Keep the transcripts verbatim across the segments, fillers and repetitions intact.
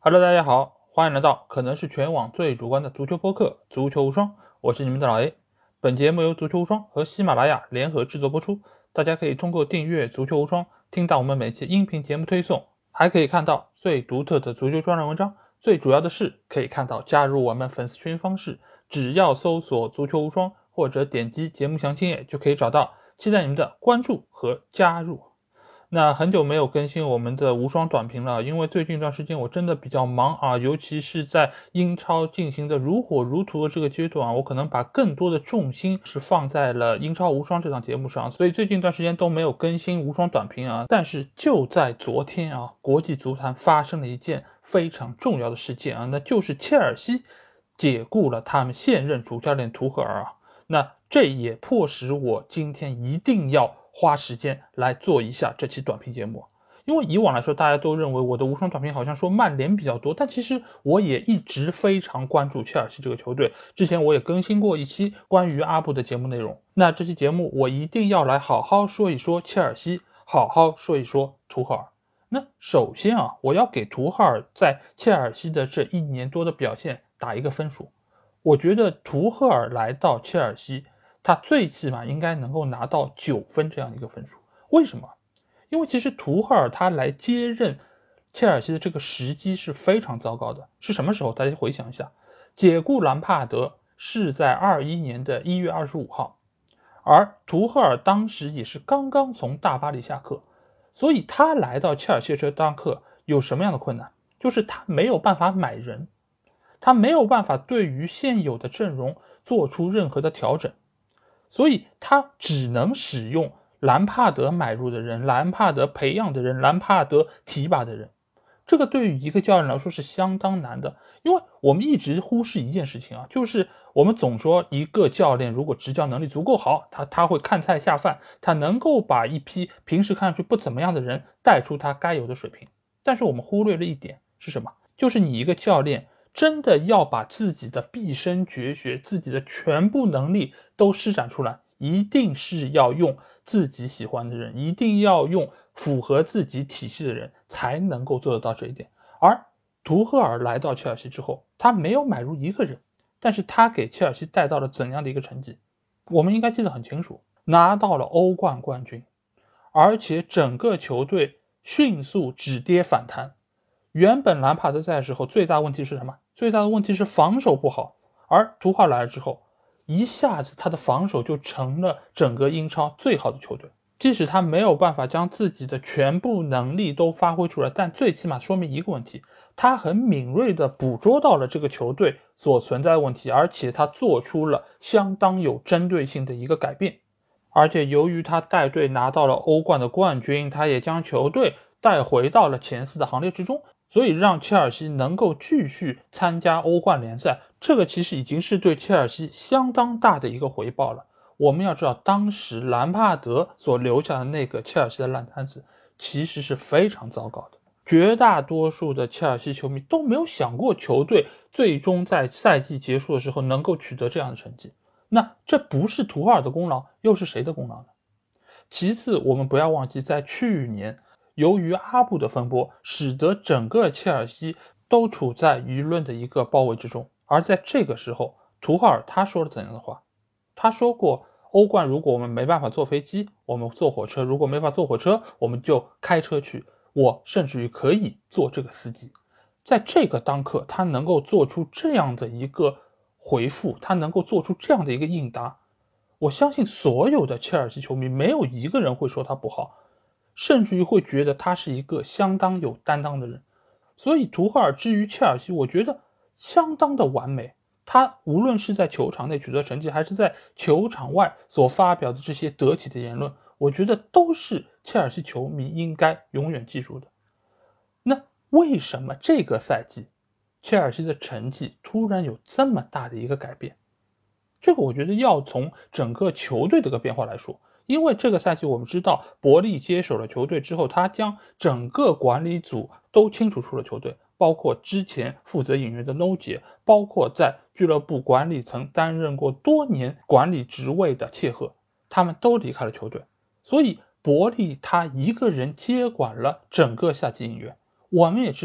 Hello，大家好，欢迎来到可能是全网最主观的足球播客《足球无双》，我是你们的老 A。本节目由足球无双和喜马拉雅联合制作播出，大家可以通过订阅足球无双听到我们每期音频节目推送，还可以看到最独特的足球专栏文章。最主要的是可以看到加入我们粉丝群方式，只要搜索足球无双或者点击节目详情页就可以找到，期待你们的关注和加入。那很久没有更新我们的无双短评了，因为最近一段时间我真的比较忙啊，尤其是在英超进行的如火如荼的这个阶段，我可能把更多的重心是放在了英超无双这档节目上，所以最近一段时间都没有更新无双短评啊。但是就在昨天啊，国际足坛发生了一件非常重要的事件啊，那就是切尔西解雇了他们现任主教练图赫尔啊。那这也迫使我今天一定要花时间来做一下这期短评节目。因为以往来说大家都认为我的无双短评好像说曼联比较多，但其实我也一直非常关注切尔西这个球队，之前我也更新过一期关于阿布的节目内容。那这期节目我一定要来好好说一说切尔西，好好说一说图赫尔。那首先啊，我要给图赫尔在切尔西的这一年多的表现打一个分数。我觉得图赫尔来到切尔西，他最起码应该能够拿到九分这样一个分数。为什么？因为其实图赫尔他来接任切尔西的这个时机是非常糟糕的。是什么时候？大家回想一下，解雇兰帕德是在二一年的一月二十五号，而图赫尔当时也是刚刚从大巴黎下课，所以他来到切尔西这当课有什么样的困难？就是他没有办法买人，他没有办法对于现有的阵容做出任何的调整，所以他只能使用兰帕德买入的人，兰帕德培养的人，兰帕德提拔的人。这个对于一个教练来说是相当难的，因为我们一直忽视一件事情啊，就是我们总说一个教练如果执教能力足够好，他他会看菜下饭，他能够把一批平时看上去不怎么样的人带出他该有的水平。但是我们忽略了一点是什么？就是你一个教练真的要把自己的毕生绝学，自己的全部能力都施展出来，一定是要用自己喜欢的人，一定要用符合自己体系的人才能够做得到这一点。而图赫尔来到切尔西之后，他没有买入一个人，但是他给切尔西带到了怎样的一个成绩？我们应该记得很清楚，拿到了欧冠冠军，而且整个球队迅速止跌反弹。原本兰帕德在的时候最大问题是什么？最大的问题是防守不好，而图赫尔来了之后，一下子他的防守就成了整个英超最好的球队。即使他没有办法将自己的全部能力都发挥出来，但最起码说明一个问题，他很敏锐地捕捉到了这个球队所存在的问题，而且他做出了相当有针对性的一个改变。而且由于他带队拿到了欧冠的冠军，他也将球队带回到了前四的行列之中，所以让切尔西能够继续参加欧冠联赛，这个其实已经是对切尔西相当大的一个回报了。我们要知道，当时兰帕德所留下的那个切尔西的烂摊子其实是非常糟糕的，绝大多数的切尔西球迷都没有想过球队最终在赛季结束的时候能够取得这样的成绩。那这不是图赫尔的功劳，又是谁的功劳呢？其次，我们不要忘记，在去年由于阿布的风波，使得整个切尔西都处在舆论的一个包围之中。而在这个时候，图赫尔他说了怎样的话？他说过，欧冠如果我们没办法坐飞机，我们坐火车，如果没法坐火车，我们就开车去，我甚至于可以做这个司机。在这个当刻，他能够做出这样的一个回复，他能够做出这样的一个应答，我相信所有的切尔西球迷没有一个人会说他不好，甚至于会觉得他是一个相当有担当的人。所以图赫尔之于切尔西，我觉得相当的完美。他无论是在球场内取得成绩，还是在球场外所发表的这些得体的言论，我觉得都是切尔西球迷应该永远记住的。那为什么这个赛季切尔西的成绩突然有这么大的一个改变？这个我觉得要从整个球队的一个变化来说，因为这个赛季我们知道伯利接手了球队之后，他将整个管理组都清除出了球队，包括之前负责引援的 No 姐，包括在俱乐部管理层担任过多年管理职位的切赫，他们都离开了球队。所以伯利他一个人接管了整个夏季引援。我们也知道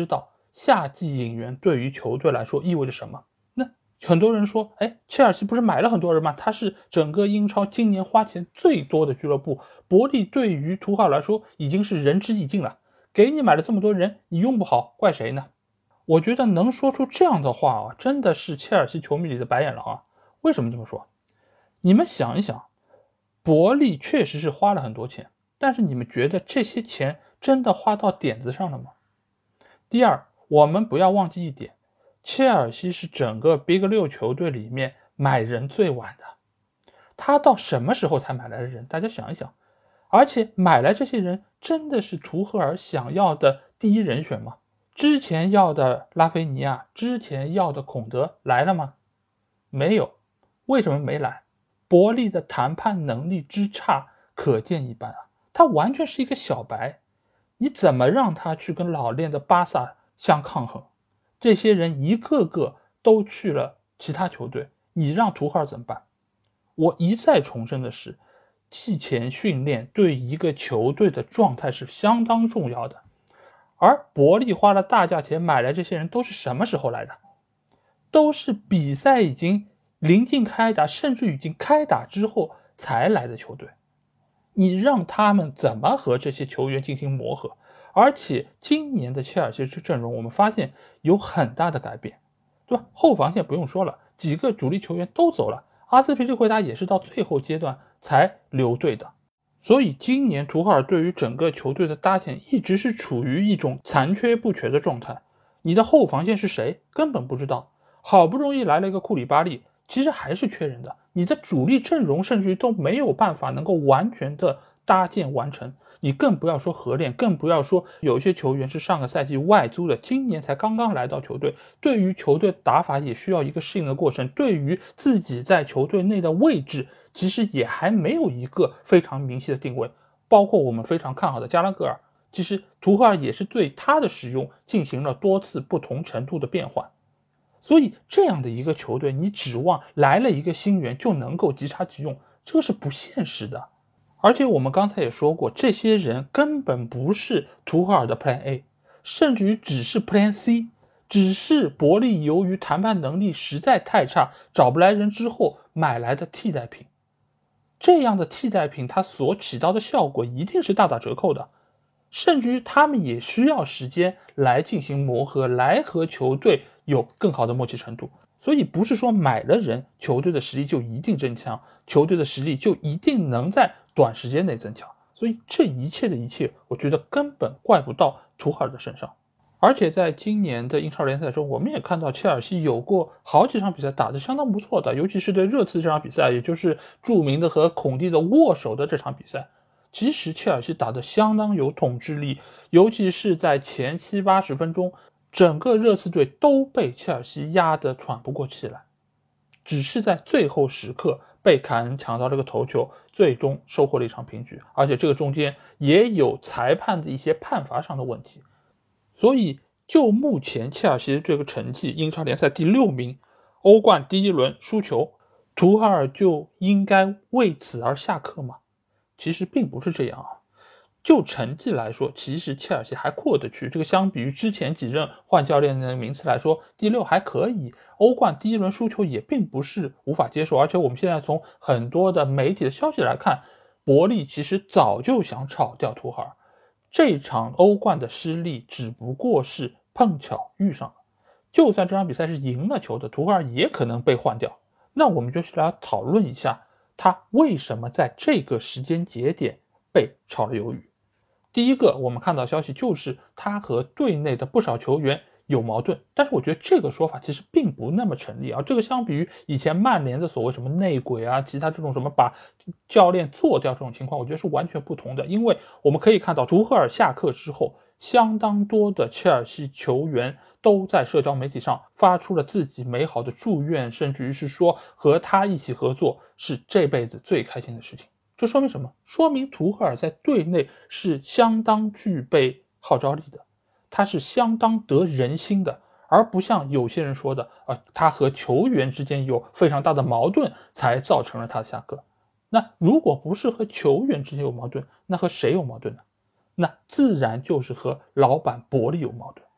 夏季引援对于球队来说意味着什么？那很多人说，哎，切尔西不是买了很多人吗？他是整个英超今年花钱最多的俱乐部，伯利对于图赫尔来说已经是仁至义尽了，给你买了这么多人，你用不好，怪谁呢？我觉得能说出这样的话啊，真的是切尔西球迷里的白眼狼啊！为什么这么说？你们想一想，伯利确实是花了很多钱，但是你们觉得这些钱真的花到点子上了吗？第二，我们不要忘记一点，切尔西是整个 Big 六球队里面买人最晚的，他到什么时候才买来的人？大家想一想，而且买来这些人真的是图赫尔想要的第一人选吗？之前要的拉菲尼亚，之前要的孔德来了吗？没有。为什么没来？伯利的谈判能力之差可见一斑啊！他完全是一个小白，你怎么让他去跟老练的巴萨相抗衡？这些人一个个都去了其他球队，你让图赫尔怎么办？我一再重申的是，季前训练对一个球队的状态是相当重要的。而伯利花了大价钱买来这些人都是什么时候来的？都是比赛已经临近开打，甚至已经开打之后才来的球队。你让他们怎么和这些球员进行磨合？而且今年的切尔西阵容我们发现有很大的改变，对吧？后防线不用说了，几个主力球员都走了，阿斯皮利奎达也是到最后阶段才留队的。所以今年图赫尔对于整个球队的搭建一直是处于一种残缺不全的状态。你的后防线是谁？根本不知道。好不容易来了一个库里巴利，其实还是缺人的。你的主力阵容甚至于都没有办法能够完全的搭建完成。你更不要说合练，更不要说有一些球员是上个赛季外租的，今年才刚刚来到球队，对于球队打法也需要一个适应的过程，对于自己在球队内的位置其实也还没有一个非常明晰的定位。包括我们非常看好的加拉格尔，其实图赫尔也是对他的使用进行了多次不同程度的变换。所以这样的一个球队，你指望来了一个新援就能够即插即用，这个是不现实的。而且我们刚才也说过，这些人根本不是图赫尔的 Plan A， 甚至于只是 Plan C， 只是伯利由于谈判能力实在太差，找不来人之后买来的替代品。这样的替代品它所起到的效果一定是大打折扣的，甚至于他们也需要时间来进行磨合，来和球队有更好的默契程度。所以不是说买了人，球队的实力就一定增强，球队的实力就一定能在短时间内增强。所以这一切的一切，我觉得根本怪不到图赫尔的身上。而且在今年的英超联赛中，我们也看到切尔西有过好几场比赛打得相当不错的，尤其是对热刺这场比赛，也就是著名的和孔蒂的握手的这场比赛，其实切尔西打得相当有统治力，尤其是在前七八十分钟，整个热刺队都被切尔西压得喘不过气来，只是在最后时刻被凯恩抢到了个头球，最终收获了一场平局。而且这个中间也有裁判的一些判罚上的问题。所以就目前切尔西的这个成绩，英超联赛第六名，欧冠第一轮输球，图赫尔就应该为此而下课吗？其实并不是这样啊。就成绩来说，其实切尔西还过得去，这个相比于之前几任换教练的名次来说，第六还可以。欧冠第一轮输球也并不是无法接受，而且我们现在从很多的媒体的消息来看，伯利其实早就想炒掉图赫尔，这场欧冠的失利只不过是碰巧遇上了，就算这场比赛是赢了球的，图赫尔也可能被换掉。那我们就是来讨论一下，他为什么在这个时间节点被炒了鱿鱼。第一个我们看到消息就是他和队内的不少球员有矛盾，但是我觉得这个说法其实并不那么成立啊。这个相比于以前曼联的所谓什么内鬼啊，其他这种什么把教练做掉这种情况，我觉得是完全不同的。因为我们可以看到图赫尔下课之后，相当多的切尔西球员都在社交媒体上发出了自己美好的祝愿，甚至于是说和他一起合作是这辈子最开心的事情。这说明什么？说明图赫尔在队内是相当具备号召力的，他是相当得人心的，而不像有些人说的，呃，他和球员之间有非常大的矛盾才造成了他的下课。那如果不是和球员之间有矛盾，那和谁有矛盾呢？那自然就是和老板伯利有矛盾。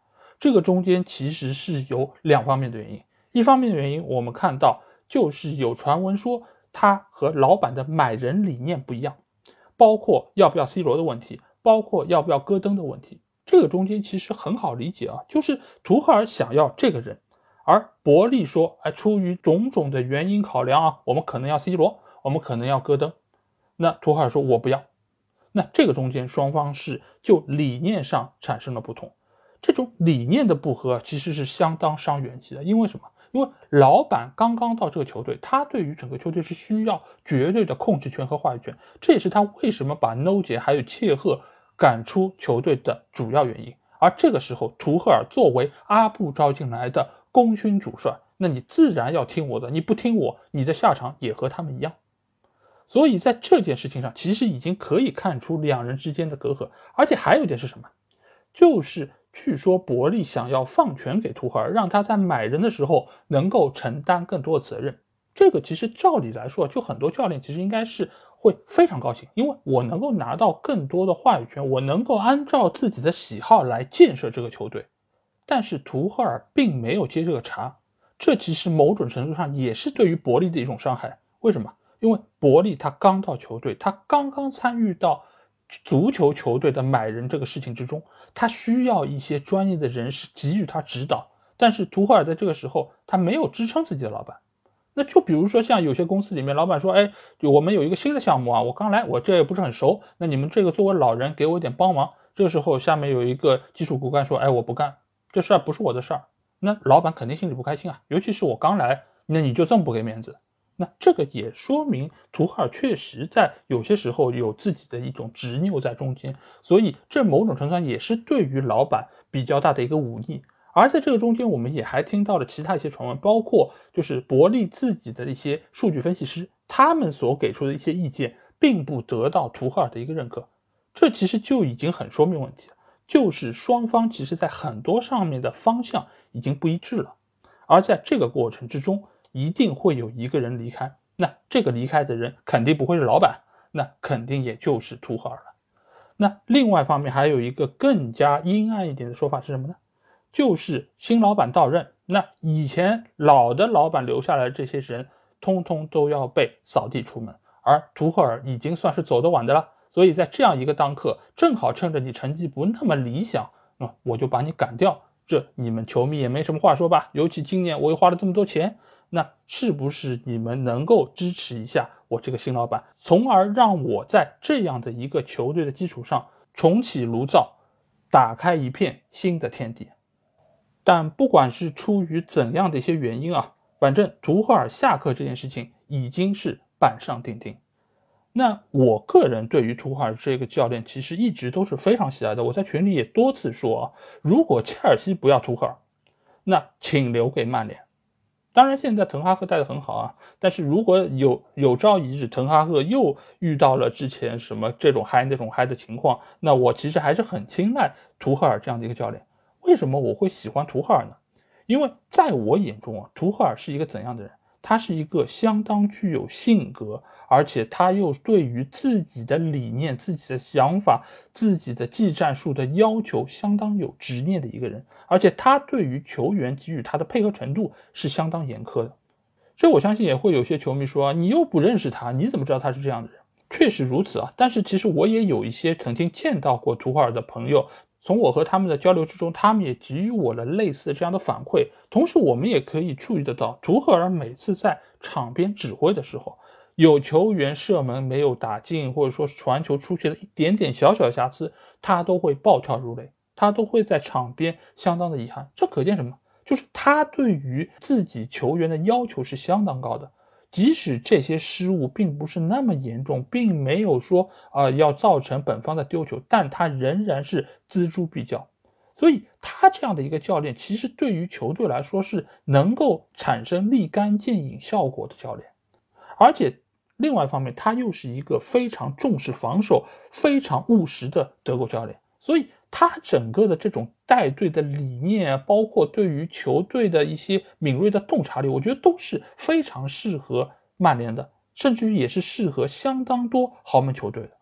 这个中间其实是有两方面的原因。一方面的原因我们看到就是有传闻说他和老板的买人理念不一样，包括要不要 C 罗的问题，包括要不要戈登的问题。这个中间其实很好理解啊，就是图赫尔想要这个人，而伯利说，哎，出于种种的原因考量啊，我们可能要 C 罗，我们可能要戈登。那图赫尔说我不要。那这个中间双方是就理念上产生了不同。这种理念的不合其实是相当伤元气的，因为什么？因为老板刚刚到这个球队，他对于整个球队是需要绝对的控制权和话语权，这也是他为什么把 No 姐还有切赫赶出球队的主要原因。而这个时候图赫尔作为阿布招进来的功勋主帅，那你自然要听我的，你不听我，你的下场也和他们一样。所以在这件事情上其实已经可以看出两人之间的隔阂。而且还有一点是什么？就是据说伯利想要放权给图赫尔，让他在买人的时候能够承担更多的责任。这个其实照理来说，就很多教练其实应该是会非常高兴，因为我能够拿到更多的话语权，我能够按照自己的喜好来建设这个球队。但是图赫尔并没有接这个茬，这其实某种程度上也是对于伯利的一种伤害。为什么？因为伯利他刚到球队，他刚刚参与到足球球队的买人这个事情之中，他需要一些专业的人士给予他指导。但是图赫尔在这个时候他没有支撑自己的老板。那就比如说像有些公司里面老板说，哎，我们有一个新的项目啊，我刚来，我这也不是很熟，那你们这个作为老人给我一点帮忙。这个时候下面有一个技术骨干说，哎，我不干，这事儿不是我的事儿。那老板肯定心里不开心啊，尤其是我刚来，那你就这么不给面子。那这个也说明图赫尔确实在有些时候有自己的一种执拗在中间，所以这某种程度上也是对于老板比较大的一个忤逆。而在这个中间我们也还听到了其他一些传闻，包括就是伯利自己的一些数据分析师，他们所给出的一些意见并不得到图赫尔的一个认可。这其实就已经很说明问题了，就是双方其实在很多上面的方向已经不一致了。而在这个过程之中一定会有一个人离开，那这个离开的人肯定不会是老板，那肯定也就是图赫尔了。那另外一方面还有一个更加阴暗一点的说法是什么呢？就是新老板到任，那以前老的老板留下来的这些人通通都要被扫地出门，而图赫尔已经算是走得晚的了。所以在这样一个当刻，正好趁着你成绩不那么理想，嗯，我就把你赶掉，这你们球迷也没什么话说吧？尤其今年我又花了这么多钱，那是不是你们能够支持一下我这个新老板，从而让我在这样的一个球队的基础上重启炉灶，打开一片新的天地。但不管是出于怎样的一些原因啊，反正图赫尔下课这件事情已经是板上钉钉。那我个人对于图赫尔这个教练其实一直都是非常喜爱的，我在群里也多次说啊，如果切尔西不要图赫尔，那请留给曼联。当然现在滕哈赫带得很好啊，但是如果有有朝一日滕哈赫又遇到了之前什么这种嗨那种嗨的情况，那我其实还是很青睐图赫尔这样的一个教练。为什么我会喜欢图赫尔呢？因为在我眼中啊，图赫尔是一个怎样的人？他是一个相当具有性格，而且他又对于自己的理念、自己的想法、自己的技战术的要求相当有执念的一个人，而且他对于球员给予他的配合程度是相当严苛的。这我相信也会有些球迷说，你又不认识他，你怎么知道他是这样的人？确实如此啊，但是其实我也有一些曾经见到过图赫尔的朋友，从我和他们的交流之中，他们也给予我了类似这样的反馈。同时我们也可以注意得到，图赫尔每次在场边指挥的时候，有球员射门没有打进，或者说是传球出现了一点点小小的瑕疵，他都会暴跳如雷，他都会在场边相当的遗憾。这可见什么？就是他对于自己球员的要求是相当高的，即使这些失误并不是那么严重，并没有说啊、呃、要造成本方的丢球，但他仍然是锱铢必较。所以他这样的一个教练，其实对于球队来说是能够产生立竿见影效果的教练。而且另外一方面，他又是一个非常重视防守、非常务实的德国教练，所以他整个的这种带队的理念，包括对于球队的一些敏锐的洞察力，我觉得都是非常适合曼联的，甚至于也是适合相当多豪门球队的。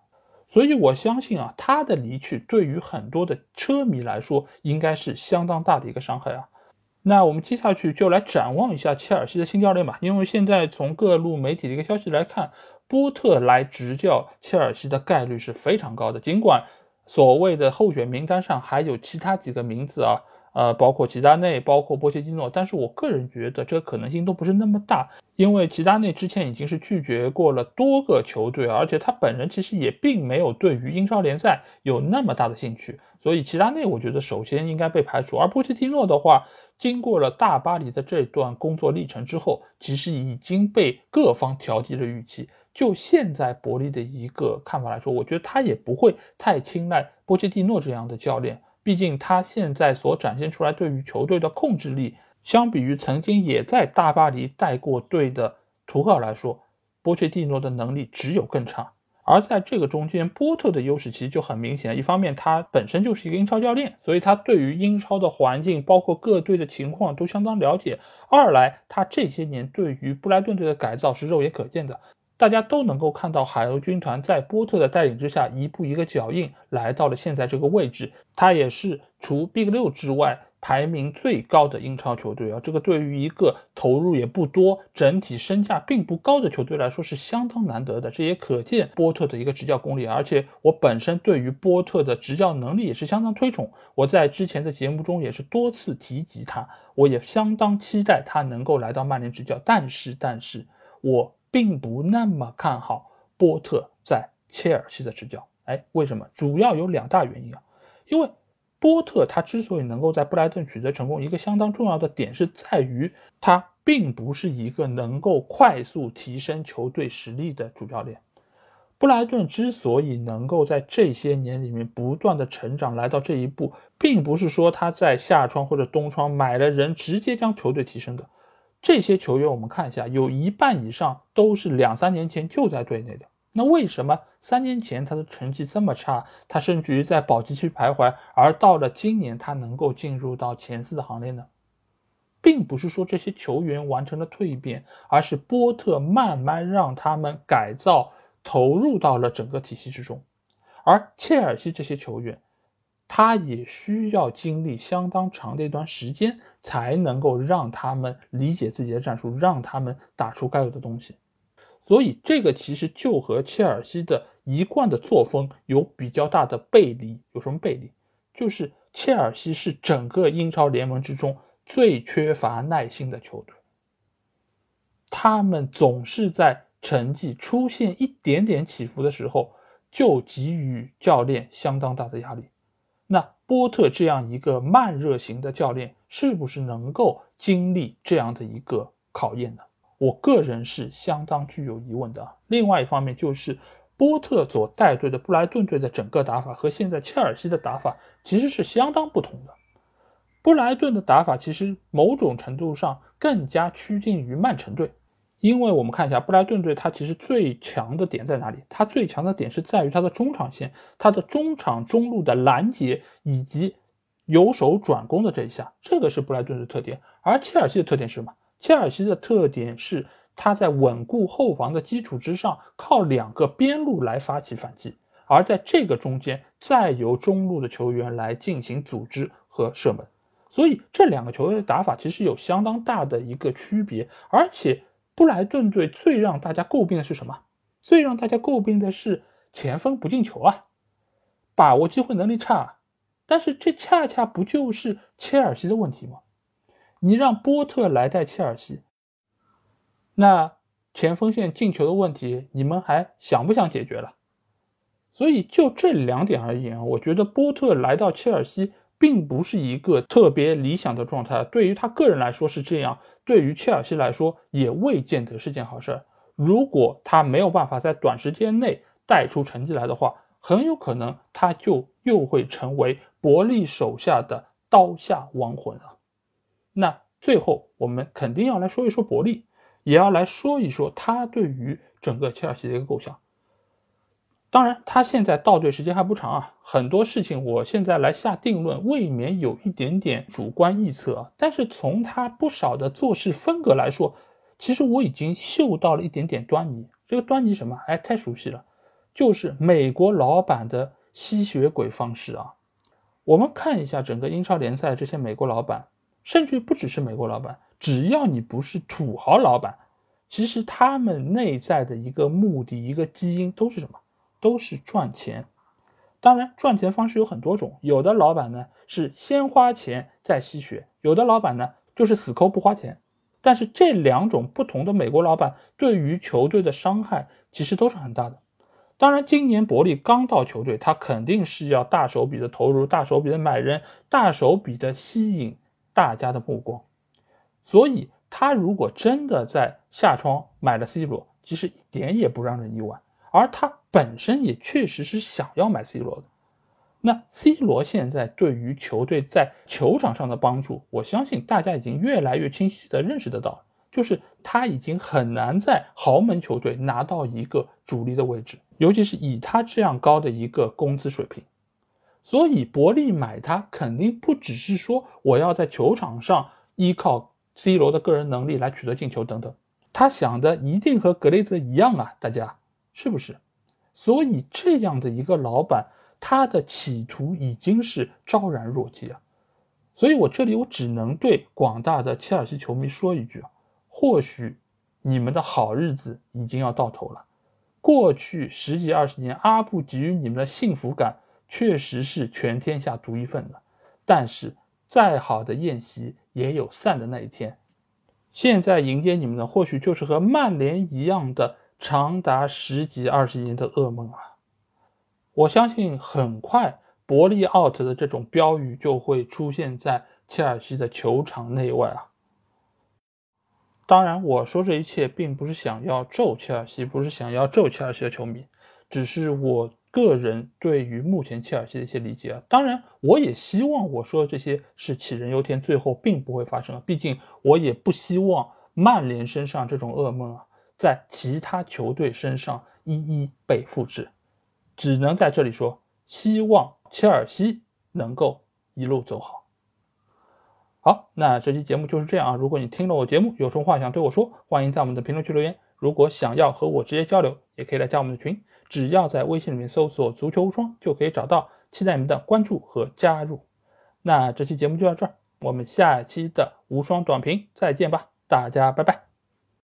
所以我相信啊，他的离去对于很多的车迷来说应该是相当大的一个伤害啊。那我们接下去就来展望一下切尔西的新教练吧，因为现在从各路媒体的一个消息来看，波特来执教切尔西的概率是非常高的。尽管所谓的候选名单上还有其他几个名字啊，呃，包括齐达内，包括波切蒂诺，但是我个人觉得这个可能性都不是那么大，因为齐达内之前已经是拒绝过了多个球队，而且他本人其实也并没有对于英超联赛有那么大的兴趣，所以齐达内我觉得首先应该被排除。而波切蒂诺的话，经过了大巴黎的这段工作历程之后，其实已经被各方调低了预期。就现在伯利的一个看法来说，我觉得他也不会太青睐波切蒂诺这样的教练，毕竟他现在所展现出来对于球队的控制力，相比于曾经也在大巴黎带过队的图赫尔来说，波切蒂诺的能力只有更差。而在这个中间，波特的优势其实就很明显，一方面他本身就是一个英超教练，所以他对于英超的环境包括各队的情况都相当了解，二来他这些年对于布莱顿队的改造是肉眼可见的，大家都能够看到海鸥军团在波特的带领之下一步一个脚印来到了现在这个位置，他也是除 Big 六之外排名最高的英超球队啊，这个对于一个投入也不多，整体身价并不高的球队来说是相当难得的，这也可见波特的一个执教功力。而且我本身对于波特的执教能力也是相当推崇，我在之前的节目中也是多次提及他，我也相当期待他能够来到曼联执教。但是，但是我并不那么看好波特在切尔西的执教。哎，为什么？主要有两大原因啊，因为波特他之所以能够在布莱顿取得成功，一个相当重要的点是在于他并不是一个能够快速提升球队实力的主教练。布莱顿之所以能够在这些年里面不断的成长来到这一步，并不是说他在夏窗或者冬窗买了人直接将球队提升的，这些球员我们看一下，有一半以上都是两三年前就在队内的。那为什么三年前他的成绩这么差，他甚至于在保级区徘徊，而到了今年他能够进入到前四的行列呢？并不是说这些球员完成了蜕变，而是波特慢慢让他们改造投入到了整个体系之中。而切尔西这些球员，他也需要经历相当长的一段时间，才能够让他们理解自己的战术，让他们打出该有的东西。所以这个其实就和切尔西的一贯的作风有比较大的背离。有什么背离？就是切尔西是整个英超联盟之中最缺乏耐心的球队，他们总是在成绩出现一点点起伏的时候就给予教练相当大的压力。那波特这样一个慢热型的教练是不是能够经历这样的一个考验呢？我个人是相当具有疑问的。另外一方面就是波特所带队的布莱顿队的整个打法和现在切尔西的打法其实是相当不同的。布莱顿的打法其实某种程度上更加趋近于曼城队，因为我们看一下布莱顿队它其实最强的点在哪里？它最强的点是在于它的中场线，它的中场中路的拦截以及由守转攻的这一下，这个是布莱顿的特点。而切尔西的特点是什么？切尔西的特点是他在稳固后防的基础之上，靠两个边路来发起反击，而在这个中间再由中路的球员来进行组织和射门。所以这两个球队的打法其实有相当大的一个区别。而且布莱顿队最让大家诟病的是什么？最让大家诟病的是前锋不进球啊，把握机会能力差啊。但是这恰恰不就是切尔西的问题吗？你让波特来带切尔西，那前锋线进球的问题你们还想不想解决了？所以就这两点而言，我觉得波特来到切尔西并不是一个特别理想的状态。对于他个人来说是这样，对于切尔西来说也未见得是件好事。如果他没有办法在短时间内带出成绩来的话，很有可能他就又会成为伯利手下的刀下亡魂啊。那最后我们肯定要来说一说伯利，也要来说一说他对于整个切尔西的一个构想。当然他现在到队时间还不长啊，很多事情我现在来下定论未免有一点点主观臆测啊。但是从他不少的做事风格来说，其实我已经嗅到了一点点端倪。这个端倪什么？哎，太熟悉了， 就是美国老板的吸血鬼方式啊。我们看一下整个英超联赛这些美国老板，甚至不只是美国老板，只要你不是土豪老板，其实他们内在的一个目的一个基因都是什么？都是赚钱。当然赚钱方式有很多种，有的老板呢是先花钱再吸血，有的老板呢就是死抠不花钱。但是这两种不同的美国老板对于球队的伤害其实都是很大的。当然今年伯利刚到球队，他肯定是要大手笔的投入，大手笔的买人，大手笔的吸引大家的目光。所以他如果真的在夏窗买了 C 罗，其实一点也不让人意外，而他本身也确实是想要买 C 罗的。那 C 罗现在对于球队在球场上的帮助，我相信大家已经越来越清晰地认识得到，就是他已经很难在豪门球队拿到一个主力的位置，尤其是以他这样高的一个工资水平。所以伯利买他肯定不只是说我要在球场上依靠 C 罗的个人能力来取得进球等等，他想的一定和格雷泽一样啊，大家是不是？所以这样的一个老板，他的企图已经是昭然若揭啊。所以我这里我只能对广大的切尔西球迷说一句啊，或许你们的好日子已经要到头了。过去十几二十年，阿布给予你们的幸福感确实是全天下独一份的，但是再好的宴席也有散的那一天。现在迎接你们的或许就是和曼联一样的长达十几二十年的噩梦啊！我相信很快伯利 out 的这种标语就会出现在切尔西的球场内外啊！当然我说这一切并不是想要咒切尔西，不是想要咒切尔西的球迷，只是我个人对于目前切尔西的一些理解啊。当然我也希望我说的这些是杞人忧天，最后并不会发生，毕竟我也不希望曼联身上这种噩梦啊在其他球队身上一一被复制，只能在这里说希望切尔西能够一路走好。好，那这期节目就是这样啊。如果你听了我节目有什么话想对我说，欢迎在我们的评论区留言。如果想要和我直接交流，也可以来加我们的群，只要在微信里面搜索足球无双就可以找到，期待你们的关注和加入。那这期节目就到这儿，我们下期的无双短评再见吧，大家拜拜。